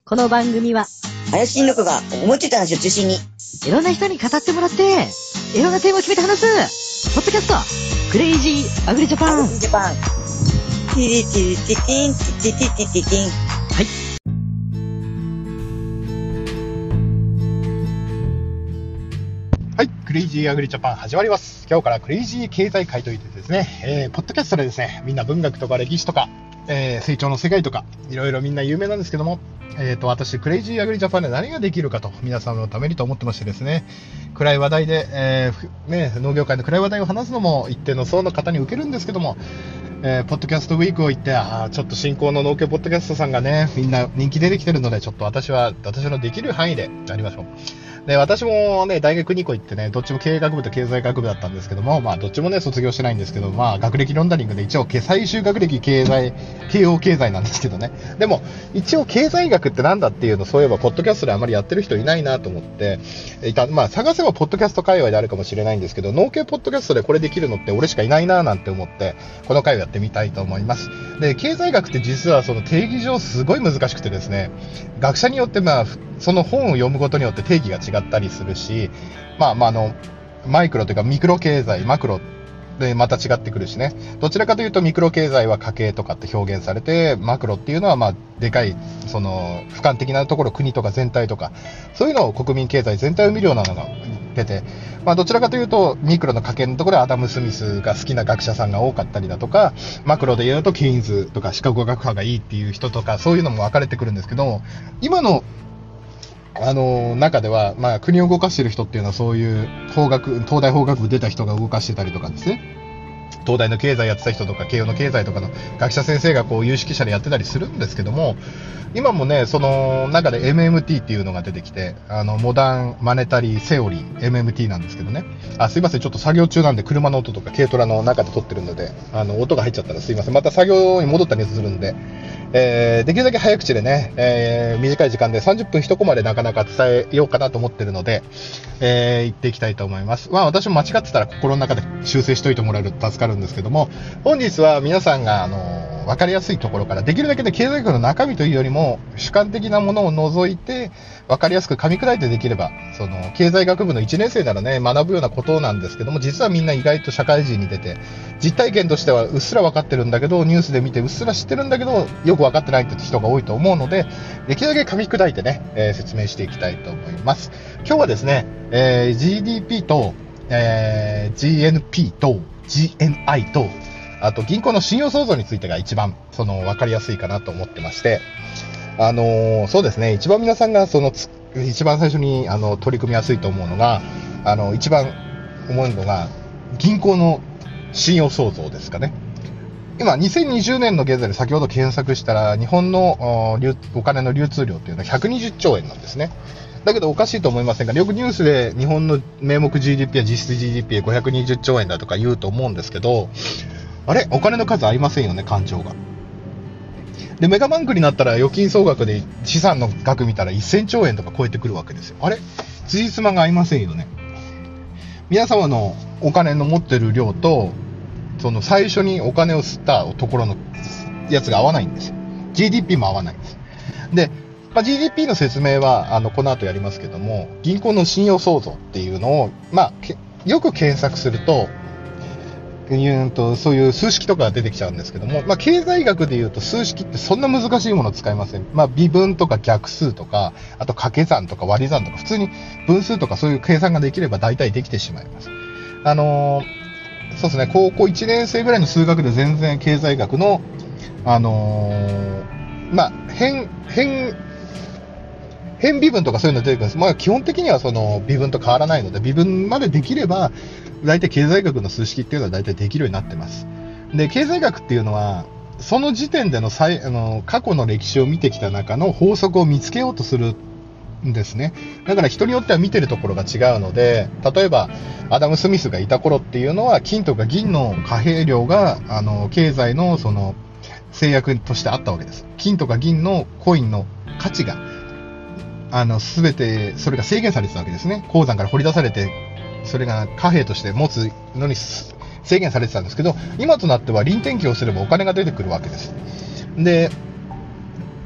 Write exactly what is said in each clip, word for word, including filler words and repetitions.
この番組は林新六が思いついた話を中心にいろんな人に語ってもらっていろんなテーマを決めて話すポッドキャストクレイジーアグリジャパンジャパンティリティリティティンティティティティティティン。 はいはい、クレイジーアグリジャパン始まります。今日からクレイジー経済界といってですね、えー、ポッドキャストでですね、みんな文学とか歴史とか、えー、成長の世界とかいろいろみんな有名なんですけども、えーと私クレイジーアグリジャパンで何ができるかと皆さんのためにと思ってましてですね、暗い話題で、えーね、農業界の暗い話題を話すのも一定の層の方に受けるんですけども、えー、ポッドキャストウィークを言って、あちょっと新興の農協ポッドキャストさんがねみんな人気出てきてるので、ちょっと私は私のできる範囲でやりましょう。で私もね大学にこ行ってね、どっちも経営学部と経済学部だったんですけども、まあどっちもね卒業してないんですけど、まあ学歴ロンダリングで一応最終学歴経済慶応経済なんですけどね。でも一応経済学ってなんだっていうの、そういえばポッドキャストであまりやってる人いないなと思っていた。まあ探せばポッドキャスト界隈であるかもしれないんですけど、農系ポッドキャストでこれできるのって俺しかいないななんて思ってこの回をやってみたいと思います。で経済学って実はその定義上すごい難しくてですね、学者によってまあその本を読むことによって定義が違ったりするし、まあまああのマイクロというかミクロ経済、マクロでまた違ってくるしね。どちらかというとミクロ経済は家計とかって表現されて、マクロっていうのはまあでかいその俯瞰的なところ、国とか全体とかそういうのを国民経済全体を見るようなのが出て、まあどちらかというとミクロの家計のところでアダム・スミスが好きな学者さんが多かったりだとか、マクロで言うとケインズとかシカゴ学派がいいっていう人とか、そういうのも分かれてくるんですけど、今のあの中では、まあ、国を動かしている人っていうのはそういう法学、東大法学部出た人が動かしてたりとかですね、東大の経済やってた人とか慶応の経済とかの学者先生がこう有識者でやってたりするんですけども、今もねその中で エムエムティー っていうのが出てきて、あのモダンマネタリーセオリー エムエムティー なんですけどね。あすいません、ちょっと作業中なんで車の音とか軽トラの中で撮ってるので、あの音が入っちゃったらすいません。また作業に戻ったりするんで、えー、できるだけ早口でね、えー、短い時間でさんじゅっぷん一コマでなかなか伝えようかなと思ってるので、えー、言っていきたいと思います。まあ私も間違ってたら心の中で修正しといてもらえると助かるんですけども、本日は皆さんがあの分かりやすいところから、できるだけで経済学の中身というよりも主観的なものを除いて分かりやすく噛み砕いてできれば、その経済学部のいちねん生ならね学ぶようなことなんですけども、実はみんな意外と社会人に出て実体験としてはうっすら分かってるんだけど、ニュースで見てうっすら知ってるんだけどよく分かってないって人が多いと思うので、できるだけ噛み砕いてね、えー、説明していきたいと思います。今日はですね、えー、ジーディーピー と、えー、ジーエヌピー と ジーエヌアイ とあと銀行の信用創造についてが一番その分かりやすいかなと思ってまして、あのー、そうですね、一番皆さんがそのつ一番最初にあの取り組みやすいと思うのが、あの一番思うのが銀行の信用創造ですかね。今にせんにじゅうねんの現在で先ほど検索したら日本の お, お金の流通量というのはひゃくにじゅっちょうえんなんですね。だけどおかしいと思いませんか？よくニュースで日本の名目 ジーディーピー は実質 ジーディーピー ごひゃくにじゅっちょうえんだとか言うと思うんですけど、あれお金の数合いませんよね、勘定が。でメガバンクになったら預金総額で資産の額見たらせんちょうえんとか超えてくるわけですよ。あれ辻褄が合いませんよね。皆様のお金の持ってる量とその最初にお金を吸ったところのやつが合わないんですよ。 ジーディーピー も合わないんです。で、まあ、ジーディーピー の説明はあのこの後やりますけども、銀行の信用創造っていうのを、まあ、よく検索するとうんとそういう数式とかが出てきちゃうんですけども、まあ、経済学でいうと数式ってそんな難しいものを使いません。まあ、微分とか逆数とか、あと掛け算とか割り算とか、普通に分数とかそういう計算ができれば大体できてしまいます。あのー、そうですね、高校いちねん生ぐらいの数学で全然経済学のあのー、まあ変変変微分とかそういうの出てくるんです。まあ基本的にはその微分と変わらないので、微分までできれば大体経済学の数式っていうのは大体できるようになってます。で経済学っていうのはその時点での際あの過去の歴史を見てきた中の法則を見つけようとするんですね。だから人によっては見てるところが違うので、例えばアダム・スミスがいた頃っていうのは金とか銀の貨幣量があの経済のその制約としてあったわけです。金とか銀のコインの価値があの全てそれが制限されてたわけですね。鉱山から掘り出されてそれが貨幣として持つのに制限されてたんですけど、今となっては輪転機をすればお金が出てくるわけです。で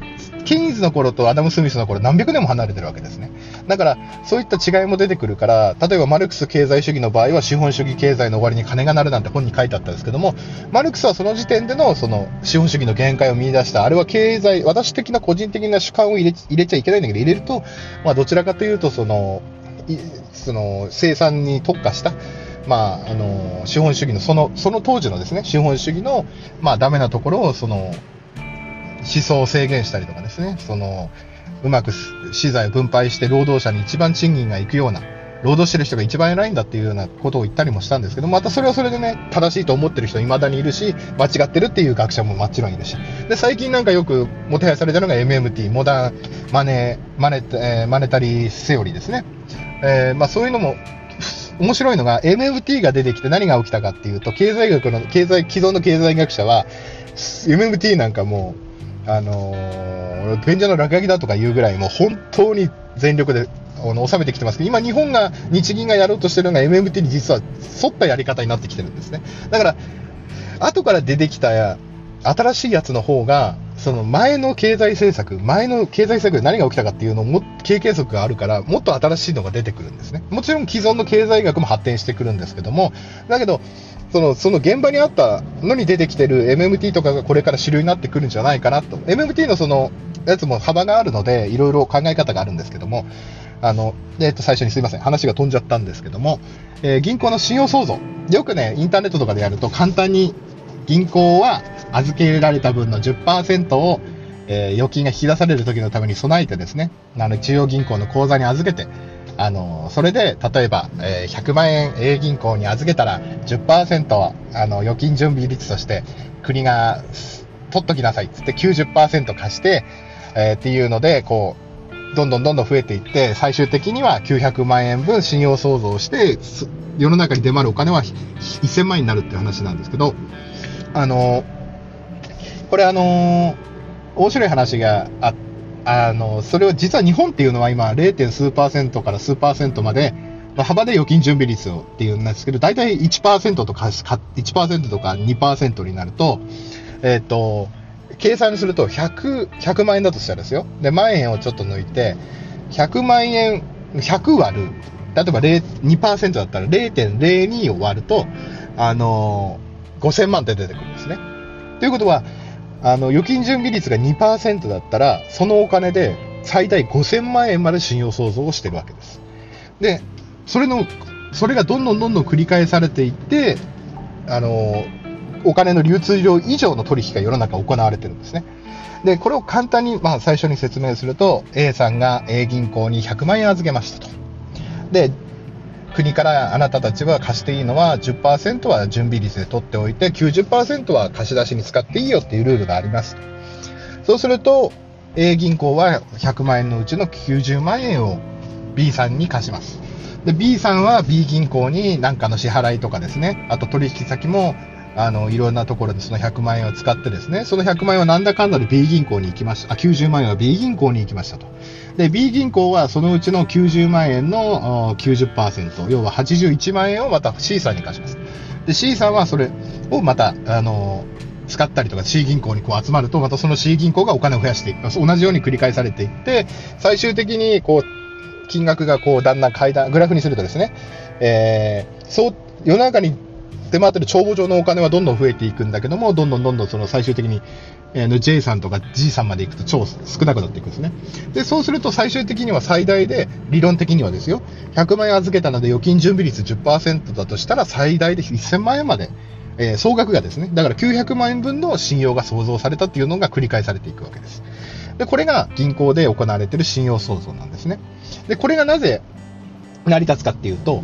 ケインズの頃とアダム・スミスの頃何百年も離れてるわけですね。だからそういった違いも出てくるから、例えばマルクス経済主義の場合は資本主義経済の終わりに金が鳴るなんて本に書いてあったんですけども、マルクスはその時点でのその資本主義の限界を見出した。あれは経済、私的な個人的な主観を入れ、入れちゃいけないんだけど、入れると、まあ、どちらかというとそのその生産に特化した、まあ、あの資本主義のそのその当時のですね、資本主義のまあダメなところをその思想を制限したりとかですね、そのうまく資材を分配して労働者に一番賃金がいくような、労働してる人が一番偉いんだっていうようなことを言ったりもしたんですけど、またそれはそれでね、正しいと思ってる人未だにいるし、間違ってるっていう学者ももちろんいるし、で最近なんかよくもてはやされたのが エムエムティー、モダンマネマネ、えー、マネタリーセオリーですね。えーまあ、そういうのも面白いのが エムエムティー が出てきて何が起きたかっていうと、経済学の経済既存の経済学者は エムエムティー なんかもうあのー、賢者の落書きだとかいうぐらいもう本当に全力で収めてきてますけど、今日本が日銀がやろうとしてるのが エムエムティー に実は沿ったやり方になってきてるんですね。だから後から出てきた新しいやつの方がその前の経済政策、前の経済政策で何が起きたかっていうのをも経験則があるから、もっと新しいのが出てくるんですね。もちろん既存の経済学も発展してくるんですけども、だけどそのその現場にあったのに出てきてる エムエムティー とかがこれから主流になってくるんじゃないかなと。 エムエムティー のそのやつも幅があるのでいろいろ考え方があるんですけども、あの、えっと最初にすいません、話が飛んじゃったんですけども、えー、銀行の信用創造、よくねインターネットとかでやると簡単に銀行は預けられた分の じゅっパーセント を、えー、預金が引き出される時のために備えてですね、あの中央銀行の口座に預けて、あのそれで例えば、えー、ひゃくまんえん A 銀行に預けたら じゅっパーセント はあの預金準備率として国が取っときなさいっつって きゅうじゅっパーセント 貸して、えー、っていうのでこうどんどんどんどん増えていって、最終的にはきゅうひゃくまんえんぶん信用創造して世の中に出回るお金はせんまんえんになるっていう話なんですけど、あのこれあの面白い話がああのそれを実は日本っていうのは今 ゼロ. 数パーセントから数パーセントまでの幅で預金準備率をっていうんですけど、だいたい いちパーセント とか いちパーセント とか にパーセント になると、えっと計算するとひゃく、ひゃくまんえんだとしたらですよ。で万円をちょっと抜いてひゃくまんえんひゃく割る、例えば にパーセント だったら ゼロてんゼロに を割るとあのごせんまんって出てくるんですね。ということはあの預金準備率が にパーセント だったらそのお金で最大ごせんまんえんまで信用創造をしてるわけです。でそれのそれがどんどんどんどん繰り返されていって、あのお金の流通量以上の取引が世の中行われてるんですね。でこれを簡単に、まあ、最初に説明すると A さんが A 銀行にひゃくまんえん預けましたと。で国からあなたたちは貸していいのは じゅっパーセント は準備率で取っておいて きゅうじゅっパーセント は貸し出しに使っていいよっていうルールがあります。そうすると A 銀行はひゃくまんえんのうちのきゅうじゅうまんえんを B さんに貸します。で B さんは B 銀行に何かの支払いとかですね、あと取引先もあのいろんなところでそのひゃくまんえんを使ってですね、そのひゃくまんえんはなんだかんだで B 銀行に行きました。あ、きゅうじゅうまんえんは B 銀行に行きましたと。で B 銀行はそのうちのきゅうじゅうまんえんの きゅうじゅっパーセント、 要ははちじゅういちまんえんをまた C さんに貸します。で C さんはそれをまたあの使ったりとか C 銀行にこう集まると、またその C 銀行がお金を増やしていく、同じように繰り返されていって、最終的にこう金額がこうだんだん階段グラフにするとですね、えー、そう世の中に出回ってる帳簿上のお金はどんどん増えていくんだけども、どんどんどんどんその最終的に、えー、J さんとか G さんまでいくと超少なくなっていくんですね。でそうすると最終的には最大で理論的にはですよ、ひゃくまんえん預けたので預金準備率 じゅっパーセント だとしたら最大でせんまんえんまで、えー、総額がですね、だからきゅうひゃくまんえんぶんの信用が創造されたっていうのが繰り返されていくわけです。でこれが銀行で行われている信用創造なんですね。でこれがなぜ成り立つかっていうと、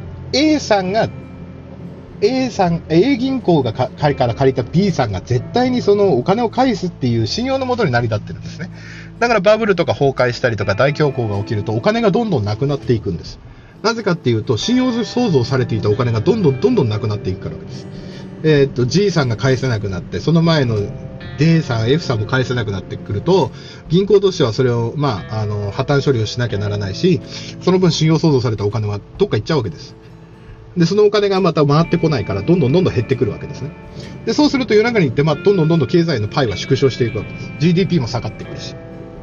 A さんがA さん、A 銀行がかから借りた B さんが絶対にそのお金を返すっていう信用のもとに成り立ってるんですね。だからバブルとか崩壊したりとか大恐慌が起きるとお金がどんどんなくなっていくんです。なぜかっていうと、信用創造されていたお金がどんどんどんどんなくなっていくからです。えー、っと G さんが返せなくなって、その前の D さん、F さんも返せなくなってくると、銀行としてはそれを、まあ、あの破綻処理をしなきゃならないし、その分信用創造されたお金はどっか行っちゃうわけです。でそのお金がまた回ってこないからどんどんどんどん減ってくるわけですね。でそうすると世の中に行って、まあ、どんどんどんどん経済のパイは縮小していくわけです。 ジーディーピー も下がってくるし、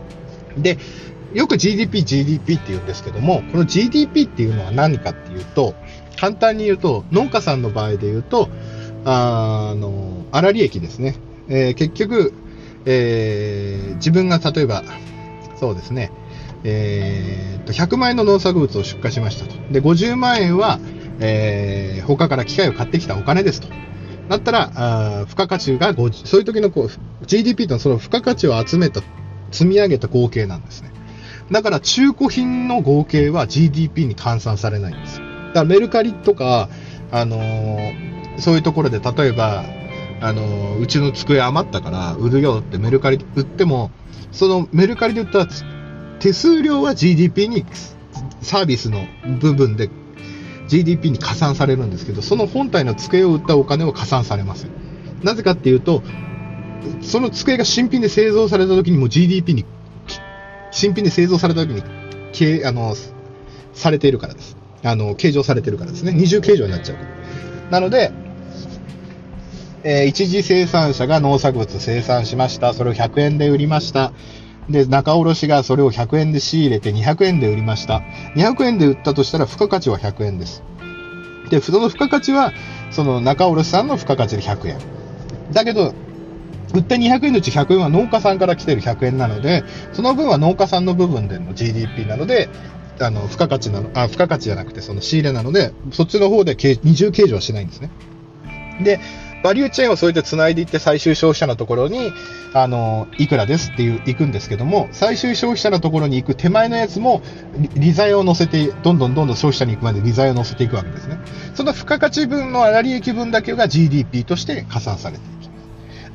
で、よく ジーディーピー、ジーディーピー って言うんですけども、この ジーディーピー っていうのは何かっていうと、簡単に言うと、農家さんの場合で言うと、あ, あの、粗利益ですね。えー、結局、えー、自分が例えば、そうですね、えー、とひゃくまんえんの農作物を出荷しましたと。で、ごじゅうまんえんは、えー、他から機械を買ってきたお金ですと。だったら、あ付加価値がごじゅう、そういう時のこう ジーディーピー というのはその付加価値を集めた、積み上げた合計なんですね。だから中古品の合計は ジーディーピー に換算されないんですよ。だからメルカリとか、あのー、そういうところで例えば、あのー、うちの机余ったから売るよってメルカリで売っても、そのメルカリで売った手数料は ジーディーピー にサービスの部分で ジーディーピー に加算されるんですけど、その本体の机を売ったお金は加算されません。なぜかっていうと、その机が新品で製造された時にも ジーディーピー に新品で製造された時に計あのされているからです。あの計上されているからですね。二重計上になっちゃうから。なので、えー、一次生産者が農作物生産しました。それをひゃくえんで売りました。で、仲卸がそれをひゃくえんで仕入れてにひゃくえんで売りました。にひゃくえんで売ったとしたら付加価値はひゃくえんです。で、その付加価値はその仲卸さんの付加価値でひゃくえん。だけど、売ったにひゃくえんのうちひゃくえんは農家さんから来てるひゃくえんなので、その分は農家さんの部分での ジーディーピー なので、あの付加価値なのあ付加価値じゃなくてその仕入れなので、そっちの方で二重計上はしないんですね。で、バリューチェーンをそうやって繋いでいって最終消費者のところにあのいくらですっていう行くんですけども、最終消費者のところに行く手前のやつも利材を乗せてどんどんどんどん消費者に行くまで利材を乗せていくわけですね。その付加価値分の粗利益分だけが ジーディーピー として加算されていきます。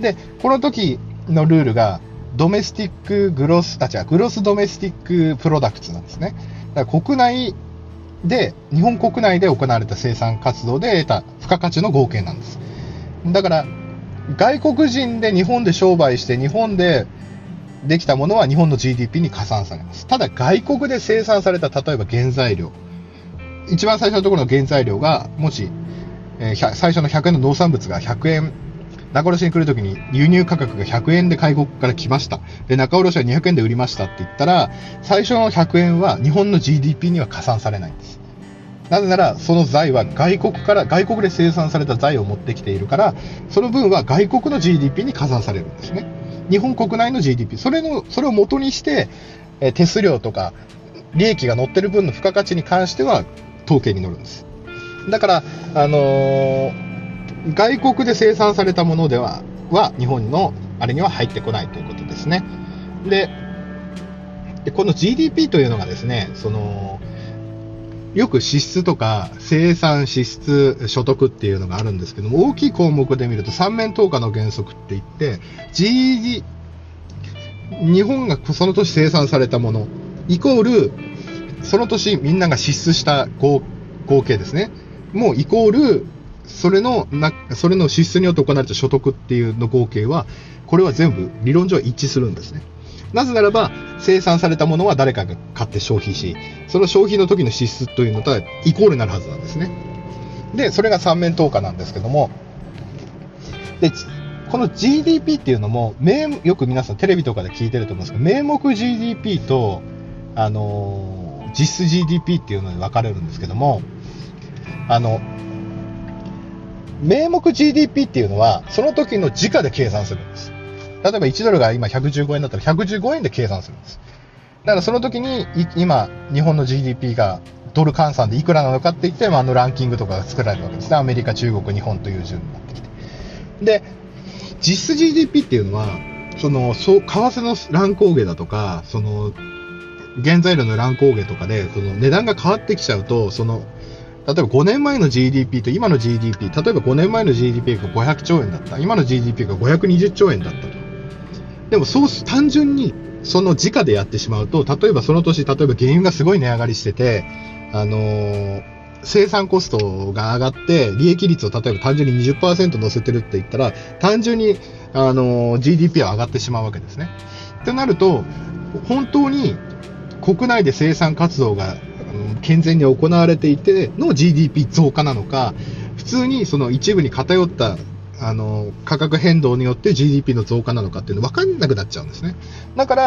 で、この時のルールがドメスティックグロスあ違うグロスドメスティックプロダクツなんですね。だから国内で日本国内で行われた生産活動で得た付加価値の合計なんです。だから外国人で日本で商売して日本でできたものは日本の ジーディーピー に加算されます。ただ外国で生産された例えば原材料、一番最初のところの原材料がもし、えー、最初のひゃくえんの農産物がひゃくえん、仲卸に来るときに輸入価格がひゃくえんで外国から来ました。で、仲卸はにひゃくえんで売りましたって言ったら、最初のひゃくえんは日本の ジーディーピー には加算されないんです。なぜなら、その財は外国から、外国で生産された財を持ってきているから、その分は外国の ジーディーピー に加算されるんですね。日本国内の ジーディーピー、それの、それを元にして、え手数料とか、利益が乗ってる分の付加価値に関しては、統計に乗るんです。だから、あのー、外国で生産されたものでは、は、日本の、あれには入ってこないということですね。で、でこの ジーディーピー というのがですね、その、よく支出とか生産支出所得っていうのがあるんですけども、大きい項目で見ると三面等価の原則って言って、ジーディー、日本がその年生産されたものイコールその年みんなが支出した合計ですね。もうイコールそれのなそれの支出によって行われた所得っていうの合計は、これは全部理論上は一致するんですね。なぜならば生産されたものは誰かが買って消費し、その消費の時の支出というのとはイコールになるはずなんですね。で、それが三面等価なんですけども、でこの ジーディーピー っていうのも名よく皆さんテレビとかで聞いてると思うんですけど、名目 ジーディーピー とあのー、実質 ジーディーピー っていうのに分かれるんですけども、あの名目 ジーディーピー っていうのはその時の時価で計算するんです。例えばいちドルが今ひゃくじゅうごえんだったらひゃくじゅうごえんで計算するんです。だからその時に今日本の ジーディーピー がドル換算でいくらなのかって言って、あのランキングとかが作られるわけですね。アメリカ、中国、日本という順になってきて。で、実質 ジーディーピー っていうのは、その、そう、為替の乱高下だとか、その、原材料の乱高下とかで、その値段が変わってきちゃうと、その、例えばごねんまえの ジーディーピー と今の ジーディーピー、例えばごねんまえの ジーディーピー がごひゃくちょうえんだった。今の ジーディーピー がごひゃくにじゅっちょうえんだったと。でもそう単純にその時価でやってしまうと、例えばその年、例えば原油がすごい値上がりしてて、あのー、生産コストが上がって利益率を例えば単純に にじゅっパーセント 乗せてるって言ったら、単純に、あのー、ジーディーピー は上がってしまうわけですね。ってなると、本当に国内で生産活動が、うん、健全に行われていての ジーディーピー 増加なのか、普通にその一部に偏ったあの価格変動によって ジーディーピー の増加なのかっていうの分かんなくなっちゃうんですね。だから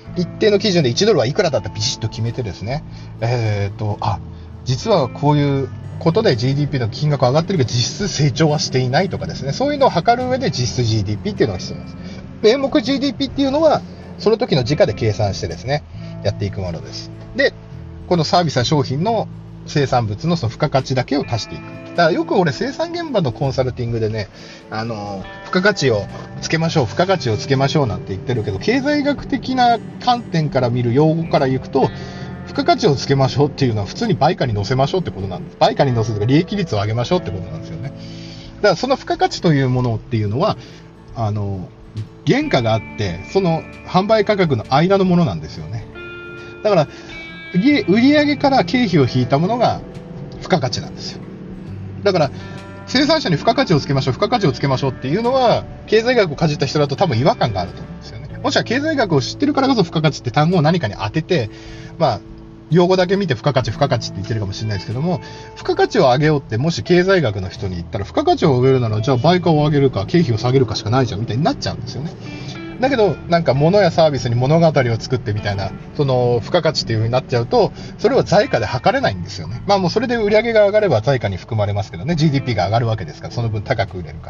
一定の基準でいちドルはいくらだってビシッと決めてですね、えーと、あ、実はこういうことで ジーディーピー の金額上がってるけど実質成長はしていないとかですね、そういうのを測る上で実質 ジーディーピー っていうのが必要なんです。名目 ジーディーピー っていうのはその時の時価で計算してですね、やっていくものです。で、このサービスや商品の生産物のその付加価値だけを足していく。だからよく俺生産現場のコンサルティングでね、あの付加価値をつけましょう、付加価値をつけましょうなんて言ってるけど、経済学的な観点から見る用語から言うと、付加価値をつけましょうっていうのは普通に売価に乗せましょうってことなんです。売価に乗せるとか利益率を上げましょうってことなんですよね。だからその付加価値というものっていうのは、あの原価があってその販売価格の間のものなんですよね。だから売上から経費を引いたものが付加価値なんですよ。だから生産者に付加価値をつけましょう、付加価値をつけましょうっていうのは経済学をかじった人だと多分違和感があると思うんですよね。もしくは経済学を知ってるからこそ付加価値って単語を何かに当てて、まあ用語だけ見て付加価値付加価値って言ってるかもしれないですけども、付加価値を上げようってもし経済学の人に言ったら、付加価値を上げるならじゃあ売価を上げるか経費を下げるかしかないじゃんみたいになっちゃうんですよね。だけどなんか物やサービスに物語を作ってみたいな、その付加価値っていう風になっちゃうと、それは財価で測れないんですよね。まあもうそれで売上が上がれば財価に含まれますけどね、 ジーディーピー が上がるわけですから、その分高く売れるから。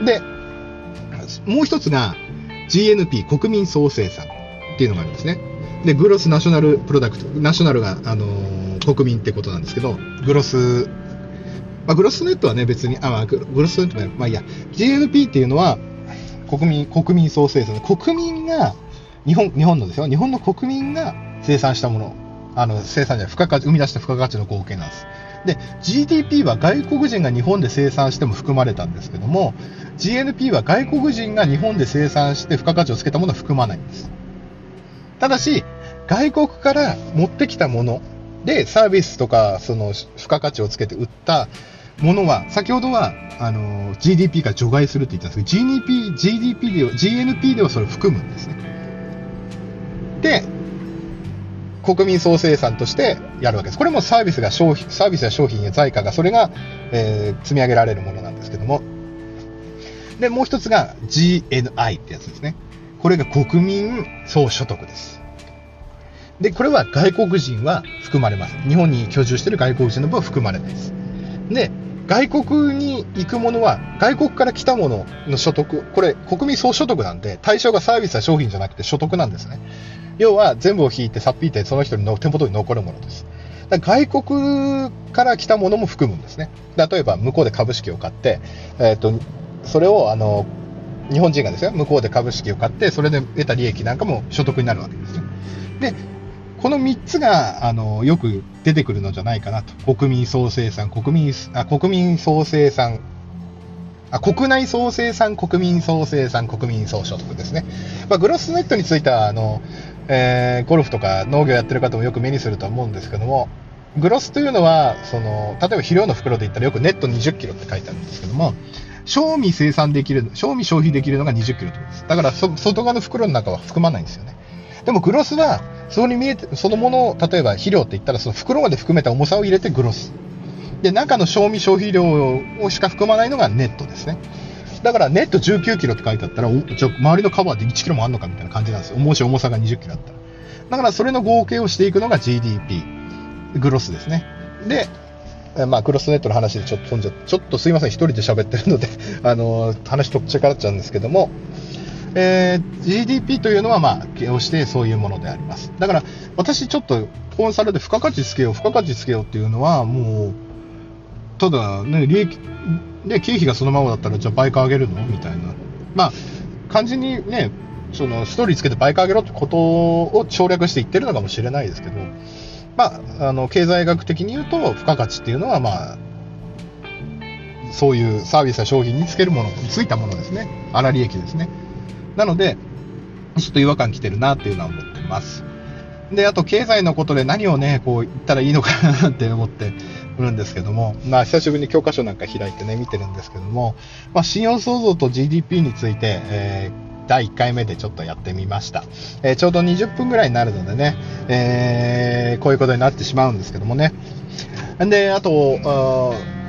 でもう一つが ジーエヌピー 国民総生産っていうのがあるんですね。でグロスナショナルプロダクト、ナショナルが、あのー、国民ってことなんですけど、グロス、まあ、グロスネットはね別にあ、まあ、グロスネットもまあいいや、 ジーエヌピー っていうのは国民、国民総生産、国民が日本、日本のですよ、日本の国民が生産したもの、あの生産じゃない、付加価値、生み出した付加価値の合計なんです。で ジーディーピー は外国人が日本で生産しても含まれたんですけども、 ジーエヌピー は外国人が日本で生産して付加価値をつけたものは含まないんです。ただし外国から持ってきたものでサービスとかその付加価値をつけて売ったものは、先ほどはあの ジーディーピー が除外するって言ったんですけど、 ジーディーピー、ジーディーピー では ジーエヌピー ではそれを含むんですね。で国民総生産としてやるわけです。これもサービスが消費、サービスや商品や財貨がそれが、えー、積み上げられるものなんですけども、でもう一つが ジーエヌアイ ってやつですね。これが国民総所得です。でこれは外国人は含まれます。日本に居住している外国人の分は含まれないです。で外国に行くものは外国から来たものの所得、これ国民総所得なんで、対象がサービスや商品じゃなくて所得なんですね。要は全部を引いてさっぴいてその人の手元に残るものです。だから外国から来たものも含むんですね。例えば向こうで株式を買って、えーと、それをあの日本人がですよ、向こうで株式を買ってそれで得た利益なんかも所得になるわけですよ。でこのみっつがあのよく出てくるのじゃないかなと。国民総生産、国民あ国民総生産あ国内総生産、国民総生産、国民総所得ですね。まあ、グロスネットについてはあの、えー、ゴルフとか農業やってる方もよく目にすると思うんですけども、グロスというのはその例えば肥料の袋で言ったらよくネットにじゅっキロって書いてあるんですけども、賞味生産できる、賞味消費できるのがにじゅっキロということです。だからそ外側の袋の中は含まないんですよね。でもグロスはそこに見えて、そのものを例えば肥料って言ったらその袋まで含めた重さを入れてグロスで、中の賞味消費量をしか含まないのがネットですね。だからネットじゅうきゅうキロって書いてあったら、おじゃ周りのカバーでいちキロもあんのかみたいな感じなんですよ。もし重さがにじゅっキロあったら。だからそれの合計をしていくのが ジーディーピー グロスですね。でまあ、グロスネットの話でちょっと飛んじゃちょっとすいません、一人で喋ってるのであの話とっちゃからっちゃうんですけども、えー、ジーディーピー というのはまあ形容してそういうものであります。だから私ちょっとコンサルで付加価値つけよう付加価値つけようっていうのはもうただね、利益で経費がそのままだったらじゃあ倍価上げるのみたいな、まあ完全にねそのストーリーつけて倍価上げろってことを省略して言ってるのかもしれないですけど、まあ、あの経済学的に言うと付加価値っていうのはまあそういうサービスや商品につけるものについたものですね。粗利益ですね。なのでちょっと違和感きてるなっていうのは思ってます。であと経済のことで何をねこう言ったらいいのかなって思ってるんですけども、まあ久しぶりに教科書なんか開いてね見てるんですけども、まあ、信用創造と ジーディーピー について、えー、だいいっかいめでちょっとやってみました。えー、ちょうどにじゅっぷんぐらいになるのでね、えー、こういうことになってしまうんですけどもね。であと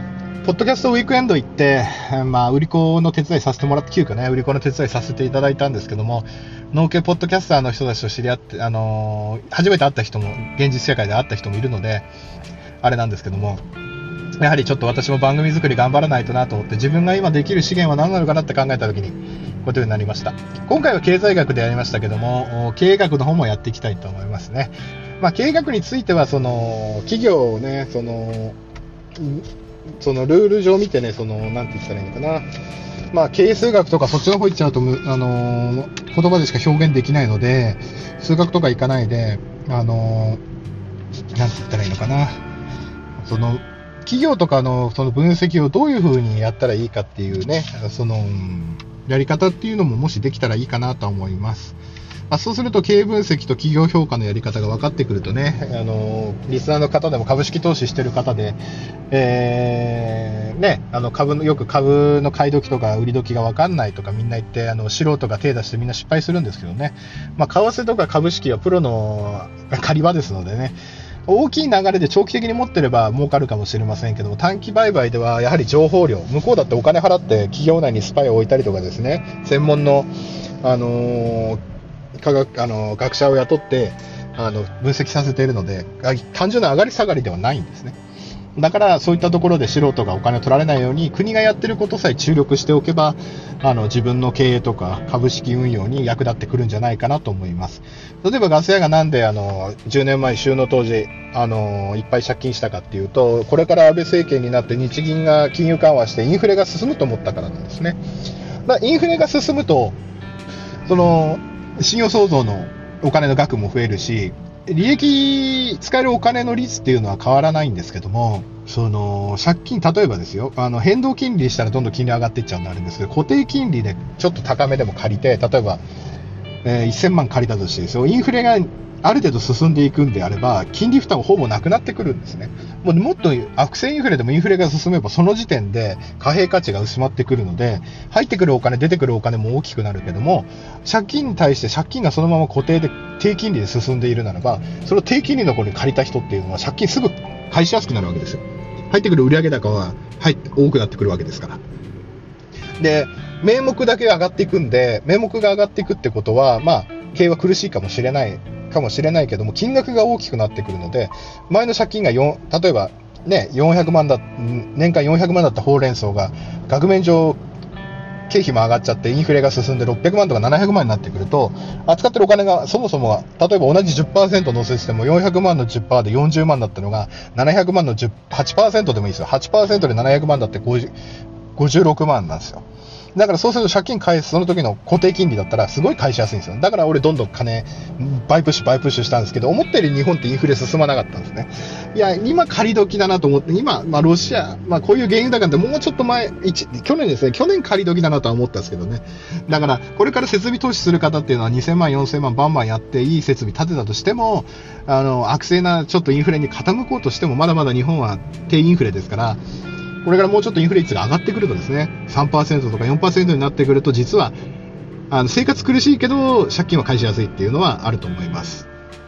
ポッドキャストウィークエンド行って、まあ、売り子の手伝いさせてもらって、急遽ね、売り子の手伝いさせていただいたんですけども、農系ポッドキャスターの人たちと知り合って、あのー、初めて会った人も、現実世界で会った人もいるので、あれなんですけども、やはりちょっと私も番組作り頑張らないとなと思って、自分が今できる資源は何なのかなって考えたときに、こういうことになりました。今回は経済学でやりましたけども、経営学の方もやっていきたいと思いますね。まあ、経営学については、その、企業をね、その、そのルール上見てね、その、なんて言ったらいいのかな。まあ、経営数学とかそっちの方行っちゃうと、あのー、言葉でしか表現できないので、数学とか行かないで、あのー、なんて言ったらいいのかな。その、企業とかのその分析をどういう風にやったらいいかっていうね、その、やり方っていうのももしできたらいいかなと思います。まあ、そうすると経営分析と企業評価のやり方が分かってくるとね、あのリスナーの方でも株式投資してる方で、えーね、あの株のよく株の買い時とか売り時が分かんないとかみんな言って、あの素人が手出してみんな失敗するんですけどね、まあ、為替とか株式はプロの狩り場ですのでね、大きい流れで長期的に持ってれば儲かるかもしれませんけども、短期売買ではやはり情報量、向こうだってお金払って企業内にスパイを置いたりとかですね、専門の、あのー科学あの学者を雇ってあの分析させているので、単純な上がり下がりではないんですね。だからそういったところで素人がお金を取られないように、国がやってることさえ注力しておけば、あの自分の経営とか株式運用に役立ってくるんじゃないかなと思います。例えばガス屋がなんであのじゅうねんまえ収納当時あのいっぱい借金したかっていうと、これから安倍政権になって日銀が金融緩和してインフレが進むと思ったからなんですね。だからインフレが進むと、その信用創造のお金の額も増えるし、利益使えるお金の率っていうのは変わらないんですけども、その借金、例えばですよ、あの変動金利したらどんどん金利上がっていっちゃうのあるんですけど、固定金利でちょっと高めでも借りて、例えば、えー、せんまん借りたとしてですよ、インフレがある程度進んでいくんであれば、金利負担はほぼなくなってくるんですね。もうもっと悪性インフレでもインフレが進めば、その時点で貨幣価値が薄まってくるので、入ってくるお金、出てくるお金も大きくなるけども、借金に対して借金がそのまま固定で低金利で進んでいるならば、その低金利の頃に借りた人っていうのは借金すぐ返しやすくなるわけですよ。入ってくる売上高は入って多くなってくるわけですから。で、名目だけ上がっていくんで、名目が上がっていくってことは、まあ、経営は苦しいかもしれないかもしれないけども、金額が大きくなってくるので、前の借金がよん、例えばね、よんひゃくまんだ、年間よんひゃくまんだったほうれん草が、額面上、経費も上がっちゃって、インフレが進んでろっぴゃくまんとかななひゃくまんになってくると、扱ってるお金がそもそもは、例えば同じ じゅっパーセント 乗せてもよんひゃくまんの じゅっパーセント でよんじゅうまんだったのが、ななひゃくまんのはちパーセント でもいいですよ。はちパーセント でななひゃくまんだってごじゅう、ごじゅうろくまんなんですよ。だからそうすると借金返す、その時の固定金利だったらすごい返しやすいんですよ。だから俺どんどん金、バイプッシュ、バイプッシュしたんですけど、思ったより日本ってインフレ進まなかったんですね。いや、今借り時だなと思って、今、まあロシア、まあこういう原油高ってもうちょっと前、去年ですね、去年借り時だなとは思ったんですけどね。だから、これから設備投資する方っていうのはにせんまん、よんせんまんバンバンやっていい設備建てたとしても、あの、悪性なちょっとインフレに傾こうとしても、まだまだ日本は低インフレですから、これからもうちょっとインフレ率が上がってくるとですね、さんパーセント とか よんパーセント になってくると、実はあの生活苦しいけど借金は返しやすいっていうのはあると思います。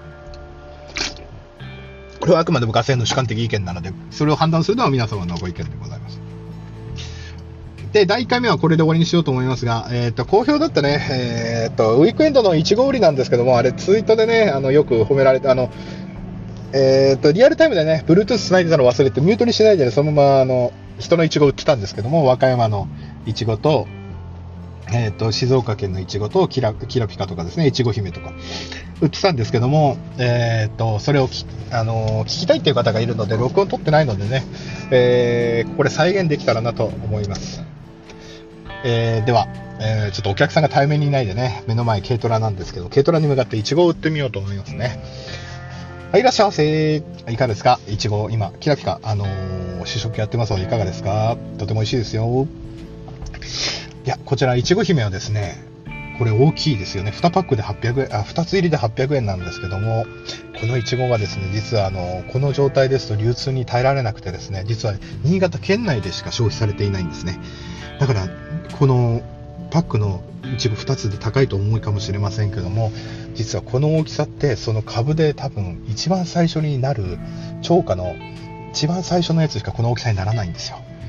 これはあくまでもガス屋の主観的意見なので、それを判断するのは皆様のご意見でございます。で、だいいっかいめはこれで終わりにしようと思いますが、えっと、好評だったね、えっと、ウィークエンドのいちご売りなんですけども、あれツイートでね、あのよく褒められて、あの、えっと、リアルタイムでね、Bluetooth 繋いでたの忘れて、ミュートにしないでね、そのまま、あの、人のイチゴ売ってたんですけども、和歌山のイチゴと、えっと、静岡県のイチゴと、キラ、キラピカとかですね、イチゴ姫とか、売ってたんですけども、えっと、それをき、あの、聞きたいっていう方がいるので、録音取ってないのでね、えー、これ再現できたらなと思います。えー、では、えー、ちょっとお客さんが対面にいないでね、目の前軽トラなんですけど、軽トラに向かってイチゴを売ってみようと思いますね。はい、いらっしゃいませ。いかがですか？いちご、今、キラピカ、あのー、試食やってますので、いかがですか？とても美味しいですよ。いや、こちら、いちご姫はですね、これ大きいですよね。にパックではっぴゃくえん、あ、ふたつ入りではっぴゃくえんなんですけども、このいちごがですね、実はあの、この状態ですと流通に耐えられなくてですね、実は新潟県内でしか消費されていないんですね。だから、このパックのいちごふたつで高いと思うかもしれませんけども、実はこの大きさってその株で多分一番最初になる超過の一番最初のやつしかこの大きさにならないんですよ。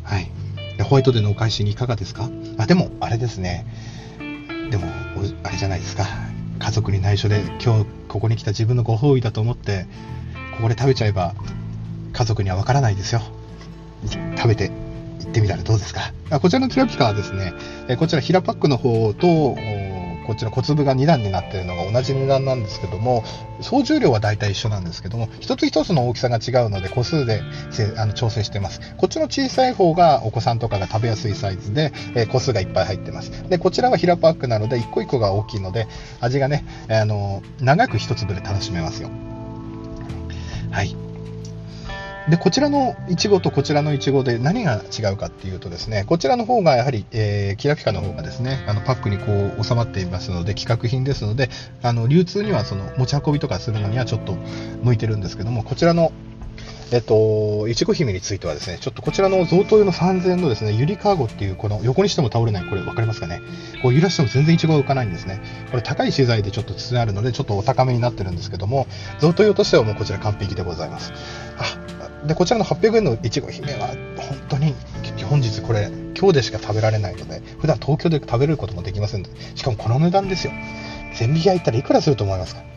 はい。でホワイトデーのお返しにいかがですか？あ、でも、あれですね。でも、あれじゃないですか。家族に内緒で、今日ここに来た自分のご褒美だと思って、ここで食べちゃえば、家族にはわからないですよ。食べて、行ってみたらどうですか？あ、こちらのキラピカはですね、こちら平パックの方と、こちら小粒がに段になっているのが同じ値段なんですけども、総重量は大体一緒なんですけども、一つ一つの大きさが違うので個数であの調整しています。こっちの小さい方がお子さんとかが食べやすいサイズで、えー、個数がいっぱい入ってます。でこちらは平パックなので一個一個が大きいので味がね、あの長く一粒で楽しめますよ。はい。でこちらのいちごとこちらのいちごで何が違うかっていうとですね、こちらの方がやはり、えー、キラピカの方がですね、あのパックにこう収まっていますので規格品ですので、あの流通にはその持ち運びとかするのにはちょっと向いてるんですけども、こちらのえっと、いちご姫についてはですね、ちょっとこちらの贈答用のさんぜんえんのですね、ゆりかごっていうこの横にしても倒れない、これ分かりますかね、こう揺らしても全然いちごが浮かないんですね。これ高い資材でちょっと包んであるのでちょっとお高めになってるんですけども、贈答用としてはもうこちら完璧でございます。あでこちらのはっぴゃくえんのいちご姫は本当に本日これ今日でしか食べられないので、普段東京で食べれることもできませんので、しかもこの値段ですよ。千匹屋行ったらいくらすると思いますか？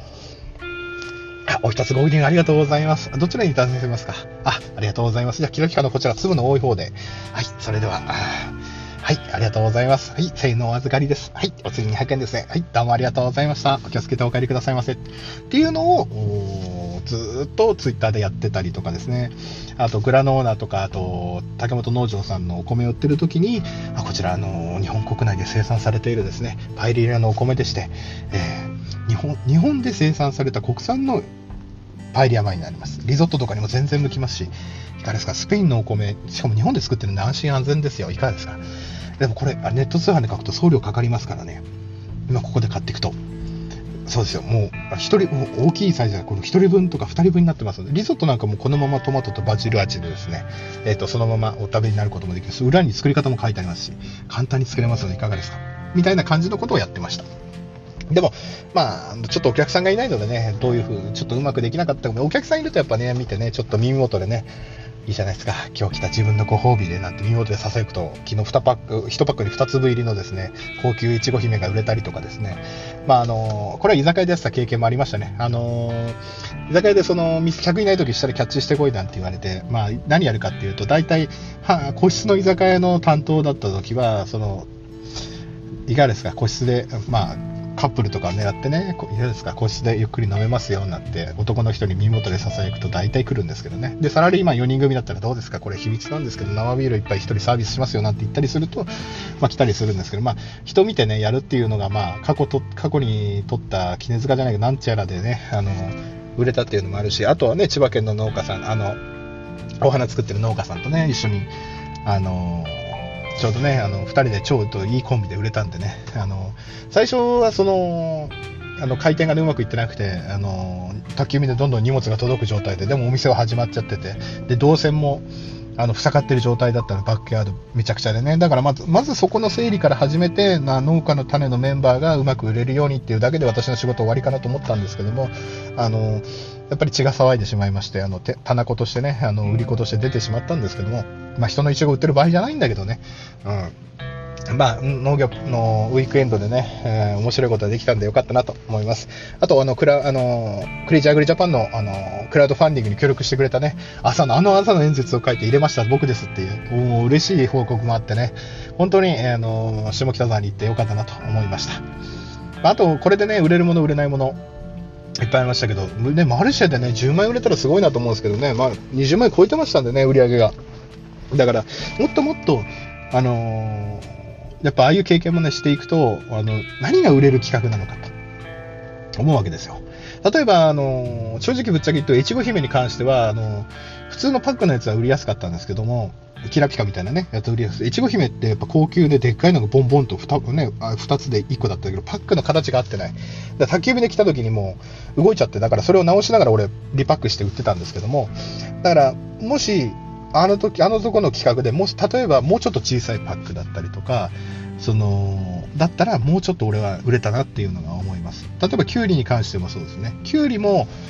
お一つご入りありがとうございます。どちらにいただけますか？あ、ありがとうございます。じゃあ、キラピカのこちら、粒の多い方で。はい、それでは、はい、ありがとうございます。はい、せいのお預かりです。はい、お次にひゃくえんですね。はい、どうもありがとうございました。お気をつけてお帰りくださいませ。っていうのを、ずーっとツイッターでやってたりとかですね。あと、グラノーナとか、あと、竹本農場さんのお米を売ってる時に、あこちら、あの、日本国内で生産されているですね、パエリアのお米でして、えー、日本、日本で生産された国産のパエリア米になります。リゾットとかにも全然向きますし、いかがですか？スペインのお米、しかも日本で作ってるんで安心安全ですよ。いかがですか？でもこれ、ネット通販で買うと送料かかりますからね。今ここで買っていくと。そうですよ。もう、一人、もう大きいサイズがこの一人分とか二人分になってますので、リゾットなんかもこのままトマトとバジル味でですね、えっと、そのままお食べになることもできます。裏に作り方も書いてありますし、簡単に作れますのでいかがですか？みたいな感じのことをやってました。でも、まあ、ちょっとお客さんがいないのでね、どういう風、ちょっとうまくできなかったので、お客さんいるとやっぱね、見てね、ちょっと耳元でね、いいじゃないですか、今日来た自分のご褒美でなんて耳元で囁くと、昨日にパック、いちパックにふたつぶ入りのですね、高級いちご姫が売れたりとかですね、まああの、これは居酒屋でやってた経験もありましたね。あの、居酒屋でその、客いない時したらキャッチしてこいなんて言われて、まあ何やるかっていうと、大体、は個室の居酒屋の担当だった時は、その、いかがですか、個室で、まあ、カップルとかを狙ってね、いかがですか、個室でゆっくり飲めますよなんて男の人に耳元で囁くと大体来るんですけどね。でサラリーマンよにん組だったらどうですか、これ秘密なんですけど生ビールいっぱいひとりサービスしますよなんて言ったりすると、まあ来たりするんですけど、まあ人見てねやるっていうのが、まあ過去と過去に取った絹塚じゃないけどなんちゃらでね、あの売れたっていうのもあるし、あとはね千葉県の農家さん、あのお花作ってる農家さんとね一緒にあのちょうどね、あのふたりでちょうどいいコンビで売れたんでね、あの最初はそのあの回転が、ね、うまくいってなくて、あの宅急便でどんどん荷物が届く状態で、でもお店は始まっちゃってて、で動線もあの塞がってる状態だったの、バックヤードめちゃくちゃでね、だからまずまずそこの整理から始めて、な農家の種のメンバーがうまく売れるようにっていうだけで私の仕事終わりかなと思ったんですけども、あのやっぱり血が騒いでしまいまして、あの棚子としてね、あの売り子として出てしまったんですけども、まあ、人のイチゴ売ってる場合じゃないんだけどね、うん、まあ農業のウィークエンドでね、えー、面白いことができたんでよかったなと思います。あとあのクラあのクレイジーアグリジャパンのあのクラウドファンディングに協力してくれたね、朝のあの朝の演説を書いて入れました僕ですっていうもう嬉しい報告もあってね、本当にあの下北沢に行ってよかったなと思いました。あとこれでね売れるもの売れないものいっぱいありましたけど、ね、マルシェでねじゅうまんえん売れたらすごいなと思うんですけどね、まあ、にじゅうまんえん超えてましたんでね、売り上げが。だからもっともっとあのーやっぱああいう経験もねしていくと、あの何が売れる企画なのかと思うわけですよ。例えばあの正直ぶっちゃけ言うといちご姫に関してはあの普通のパックのやつは売りやすかったんですけども、キラピカみたいなねやつ売りやすい。いちご姫ってやっぱ高級ででっかいのがボンボンと 2, ね、ふたつでいっこだったけど、パックの形が合ってない。だから宅急便で来た時にもう動いちゃって、だからそれを直しながら俺リパックして売ってたんですけども、だからもしあの時あのとこの企画でもし例えばもうちょっと小さいパックだったりとか、そのだったらもうちょっと俺は売れたなっていうのが思います。例えばキュウリに関してもそうですね。キュウリも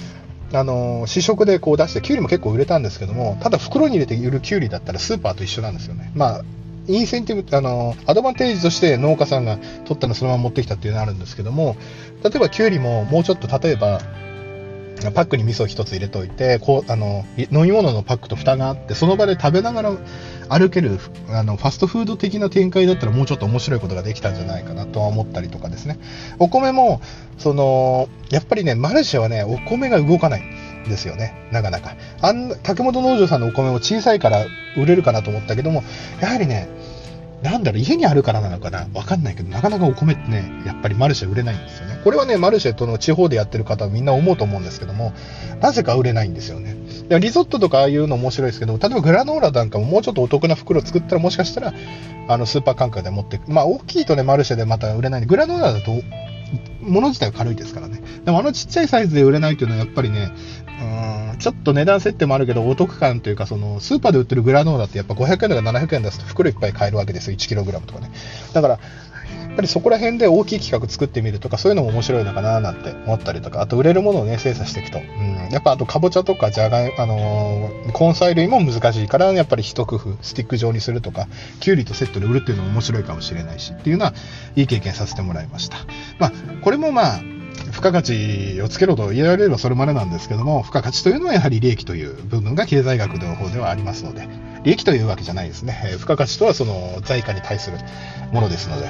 あの試食でこう出してきゅうりも結構売れたんですけども、ただ袋に入れて売るきゅうりだったらスーパーと一緒なんですよね。まあインセンティブ、あのアドバンテージとして農家さんが取ったのをそのまま持ってきたっていうのがあるんですけども、例えばきゅうりももうちょっと、例えばパックに味噌一つ入れといて、こうあの飲み物のパックと蓋があって、その場で食べながら歩けるあのファストフード的な展開だったらもうちょっと面白いことができたんじゃないかなとは思ったりとかですね。お米もそのやっぱりね、マルシェはねお米が動かないんですよね、なかなか。あん竹本農場さんのお米も小さいから売れるかなと思ったけども、やはりね、なんだろう、家にあるからなのかな、わかんないけど、なかなかお米ってね、やっぱりマルシェ売れないんですよね。これはね、マルシェとの地方でやってる方はみんな思うと思うんですけども、なぜか売れないんですよね。リゾットとかああいうの面白いですけど、例えばグラノーラなんかももうちょっとお得な袋作ったら、もしかしたらあのスーパー感覚で持って、まあ大きいとね、マルシェでまた売れないんで、グラノーラだと物自体は軽いですからね。でもあのちっちゃいサイズで売れないというのはやっぱりね、うーんちょっと値段設定もあるけどお得感というか、そのスーパーで売ってるグラノーラってやっぱごひゃくえんとかななひゃくえん出すと袋いっぱい買えるわけですよ、いちキログラムとかね。だからやっぱりそこら辺で大きい企画作ってみるとか、そういうのも面白いのかななんて思ったりとか、あと売れるものをね精査していくと、うん、やっぱあとかぼちゃとかじゃがい、あのー、根菜類も難しいから、やっぱり一工夫スティック状にするとか、きゅうりとセットで売るっていうのも面白いかもしれないしっていうのはいい経験させてもらいました。まあこれもまあ付加価値をつけろと言われればそれまでなんですけども、付加価値というのはやはり利益という部分が経済学の方ではありますので、利益というわけじゃないですね。えー、付加価値とはその在価に対するものですので、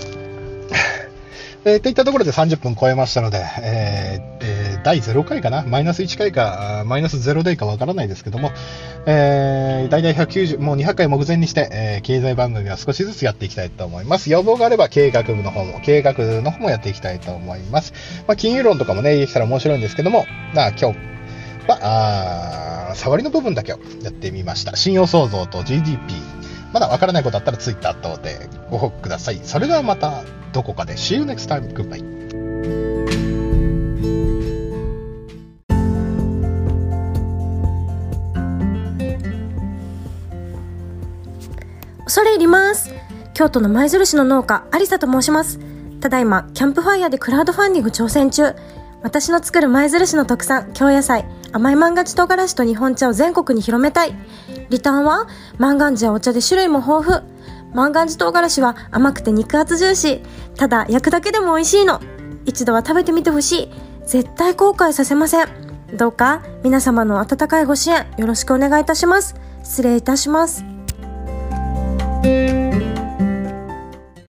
えー、といったところでさんじゅっぷん超えましたので、えーえー、だいゼロかいかな、マイナスいっかいかマイナスゼロデイかわからないですけども、えー、だいたいひゃくきゅうじゅう、もうにひゃっかい目前にして、えー、経済番組は少しずつやっていきたいと思います。要望があれば経営学部の方も経営学の方もやっていきたいと思います。まあ、金融論とかもねできたら面白いんですけども、まあ今日はあ触りの部分だけをやってみました。信用創造と ジーディーピー、まだわからないことあったらツイッター等でご報告ください。それではまたどこかで See you next time. Goodbye. 恐れ入ります。京都の舞鶴市の農家有沙と申します。ただいまキャンプファイヤーでクラウドファンディング挑戦中。私の作る舞鶴市の特産京野菜甘い万願寺唐辛子と日本茶を全国に広めたい。リターンは万願寺やお茶で種類も豊富。万願寺唐辛子は甘くて肉厚ジューシー。ただ焼くだけでも美味しいの。一度は食べてみてほしい。絶対後悔させません。どうか皆様の温かいご支援よろしくお願いいたします。失礼いたします。